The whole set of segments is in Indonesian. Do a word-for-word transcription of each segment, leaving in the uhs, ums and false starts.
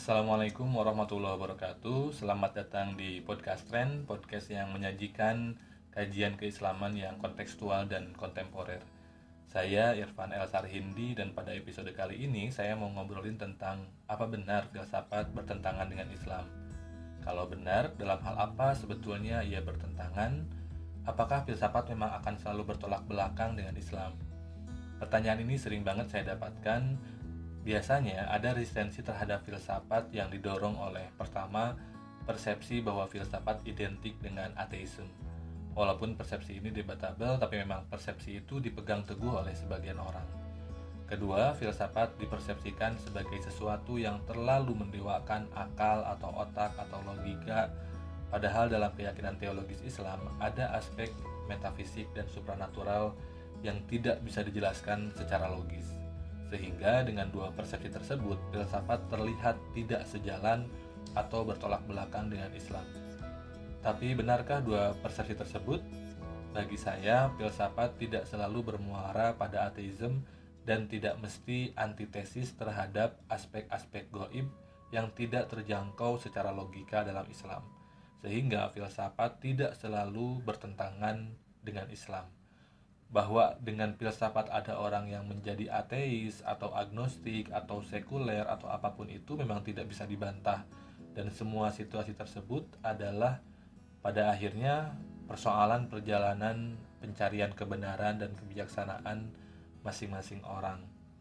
Assalamualaikum warahmatullahi wabarakatuh. Selamat datang di Podcast Trend, podcast yang menyajikan kajian keislaman yang kontekstual dan kontemporer. Saya Irfan El Sarhindi, dan pada episode kali ini saya mau ngobrolin tentang apa benar filsafat bertentangan dengan Islam. Kalau benar, dalam hal apa sebetulnya ia bertentangan? Apakah filsafat memang akan selalu bertolak belakang dengan Islam? Pertanyaan ini sering banget saya dapatkan. Biasanya ada resistensi terhadap filsafat yang didorong oleh, pertama, persepsi bahwa filsafat identik dengan ateisme. Walaupun persepsi ini debatable, tapi memang persepsi itu dipegang teguh oleh sebagian orang. Kedua, filsafat dipersepsikan sebagai sesuatu yang terlalu mendewakan akal atau otak atau logika, padahal dalam keyakinan teologis Islam ada aspek metafisik dan supranatural yang tidak bisa dijelaskan secara logis. Sehingga dengan dua persepsi tersebut, filsafat terlihat tidak sejalan atau bertolak belakang dengan Islam. Tapi benarkah dua persepsi tersebut? Bagi saya, filsafat tidak selalu bermuara pada ateisme dan tidak mesti antitesis terhadap aspek-aspek gaib yang tidak terjangkau secara logika dalam Islam. Sehingga filsafat tidak selalu bertentangan dengan Islam. Bahwa dengan filsafat ada orang yang menjadi ateis atau agnostik atau sekuler atau apapun itu memang tidak bisa dibantah, dan semua situasi tersebut adalah pada akhirnya persoalan perjalanan pencarian kebenaran dan kebijaksanaan masing-masing orang.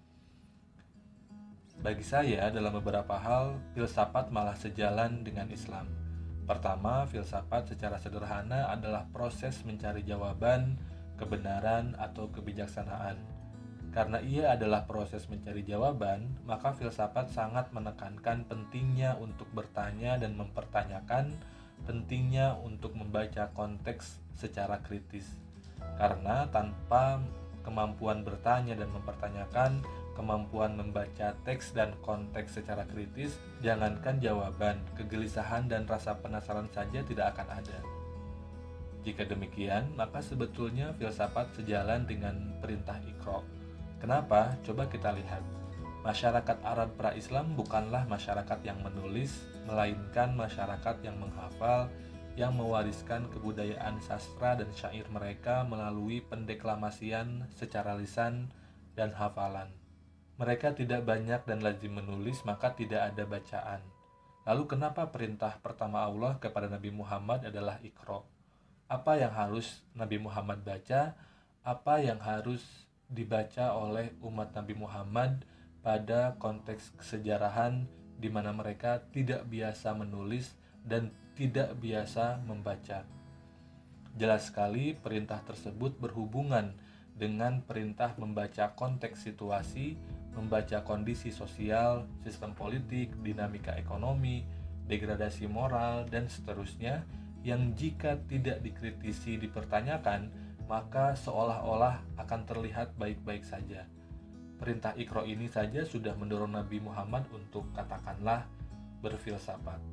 Bagi saya, dalam beberapa hal filsafat malah sejalan dengan Islam. Pertama, filsafat secara sederhana adalah proses mencari jawaban, kebenaran atau kebijaksanaan. Karena ia adalah proses mencari jawaban, maka filsafat sangat menekankan pentingnya untuk bertanya dan mempertanyakan, pentingnya untuk membaca konteks secara kritis. Karena tanpa kemampuan bertanya dan mempertanyakan, kemampuan membaca teks dan konteks secara kritis, jangankan jawaban, kegelisahan dan rasa penasaran saja tidak akan ada. Jika demikian, maka sebetulnya filsafat sejalan dengan perintah Iqra. Kenapa? Coba kita lihat. Masyarakat Arab pra-Islam bukanlah masyarakat yang menulis, melainkan masyarakat yang menghafal, yang mewariskan kebudayaan sastra dan syair mereka melalui pendeklamasian secara lisan dan hafalan. Mereka tidak banyak dan lazim menulis, maka tidak ada bacaan. Lalu kenapa perintah pertama Allah kepada Nabi Muhammad adalah Iqra? Apa yang harus Nabi Muhammad baca, apa yang harus dibaca oleh umat Nabi Muhammad pada konteks kesejarahan di mana mereka tidak biasa menulis dan tidak biasa membaca. Jelas sekali perintah tersebut berhubungan dengan perintah membaca konteks situasi, membaca kondisi sosial, sistem politik, dinamika ekonomi, degradasi moral, dan seterusnya, yang jika tidak dikritisi, dipertanyakan, maka seolah-olah akan terlihat baik-baik saja. Perintah Iqra ini saja sudah mendorong Nabi Muhammad untuk katakanlah berfilsafat.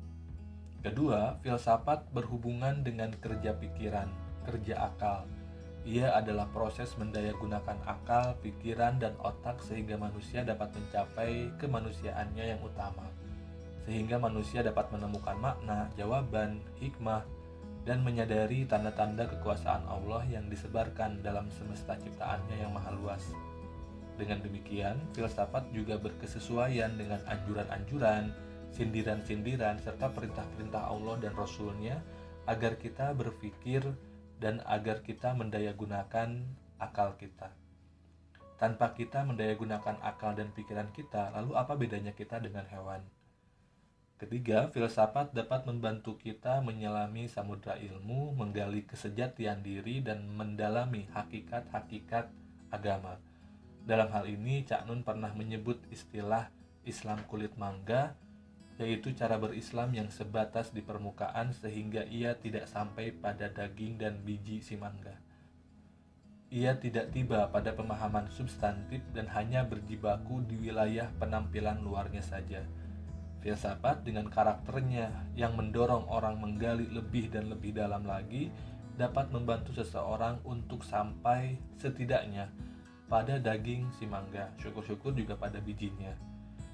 Kedua, filsafat berhubungan dengan kerja pikiran, kerja akal. Ia adalah proses mendayagunakan akal, pikiran, dan otak sehingga manusia dapat mencapai kemanusiaannya yang utama. Sehingga manusia dapat menemukan makna, jawaban, hikmah, dan menyadari tanda-tanda kekuasaan Allah yang disebarkan dalam semesta ciptaannya yang maha luas. Dengan demikian, filsafat juga berkesesuaian dengan anjuran-anjuran, sindiran-sindiran, serta perintah-perintah Allah dan Rasul-Nya agar kita berpikir dan agar kita mendayagunakan akal kita. Tanpa kita mendayagunakan akal dan pikiran kita, lalu apa bedanya kita dengan hewan? Ketiga, filsafat dapat membantu kita menyelami samudra ilmu, menggali kesejatian diri, dan mendalami hakikat-hakikat agama. Dalam hal ini, Cak Nun pernah menyebut istilah Islam kulit mangga, yaitu cara berislam yang sebatas di permukaan sehingga ia tidak sampai pada daging dan biji si mangga. Ia tidak tiba pada pemahaman substantif dan hanya berjibaku di wilayah penampilan luarnya saja. Filsafat dengan karakternya yang mendorong orang menggali lebih dan lebih dalam lagi dapat membantu seseorang untuk sampai setidaknya pada daging si mangga, syukur-syukur juga pada bijinya.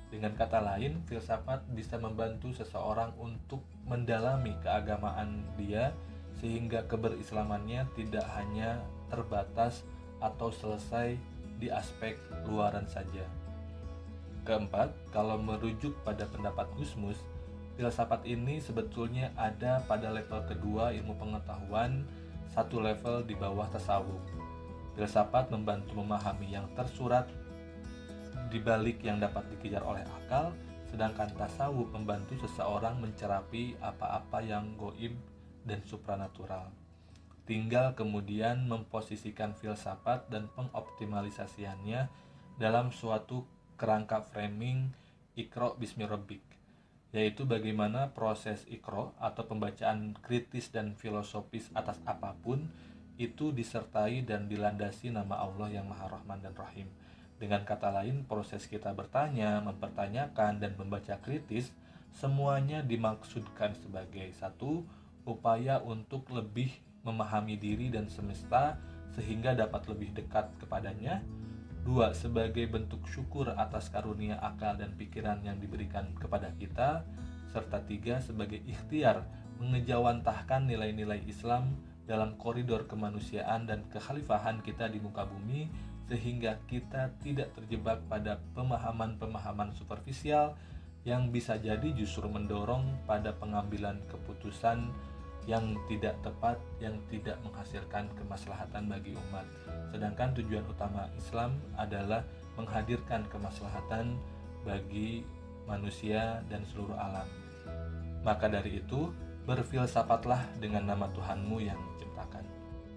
Dengan kata lain, filsafat bisa membantu seseorang untuk mendalami keagamaan dia sehingga keberislamannya tidak hanya terbatas atau selesai di aspek luaran saja. Keempat, kalau merujuk pada pendapat Gusmus, filsafat ini sebetulnya ada pada level kedua ilmu pengetahuan, satu level di bawah tasawuf. Filsafat membantu memahami yang tersurat di balik yang dapat dikejar oleh akal, sedangkan tasawuf membantu seseorang mencerapi apa-apa yang goib dan supranatural. Tinggal kemudian memposisikan filsafat dan pengoptimalisasiannya dalam suatu kerangka framing Iqra bismi rabbik, yaitu bagaimana proses Iqra atau pembacaan kritis dan filosofis atas apapun itu disertai dan dilandasi nama Allah yang Maha Rahman dan Rahim. Dengan kata lain, proses kita bertanya, mempertanyakan, dan membaca kritis semuanya dimaksudkan sebagai satu, upaya untuk lebih memahami diri dan semesta sehingga dapat lebih dekat kepadanya. Dua, sebagai bentuk syukur atas karunia akal dan pikiran yang diberikan kepada kita. Serta tiga, sebagai ikhtiar mengejawantahkan nilai-nilai Islam dalam koridor kemanusiaan dan kekhalifahan kita di muka bumi, sehingga kita tidak terjebak pada pemahaman-pemahaman superficial yang bisa jadi justru mendorong pada pengambilan keputusan yang tidak tepat, yang tidak menghasilkan kemaslahatan bagi umat. Sedangkan tujuan utama Islam adalah menghadirkan kemaslahatan bagi manusia dan seluruh alam. Maka dari itu, berfilsafatlah dengan nama Tuhanmu yang menciptakan.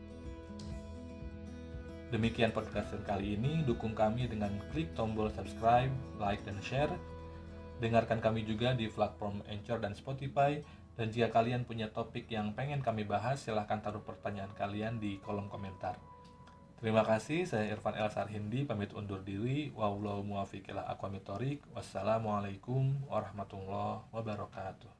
Demikian podcast kali ini. Dukung kami dengan klik tombol subscribe, like, dan share. Dengarkan kami juga di platform Anchor dan Spotify. Dan jika kalian punya topik yang pengen kami bahas, silahkan taruh pertanyaan kalian di kolom komentar. Terima kasih, saya Irfan El Sarhindi, pamit undur diri. Wallahu muwaffiq ila aqwamit thoriq. Wassalamualaikum warahmatullahi wabarakatuh.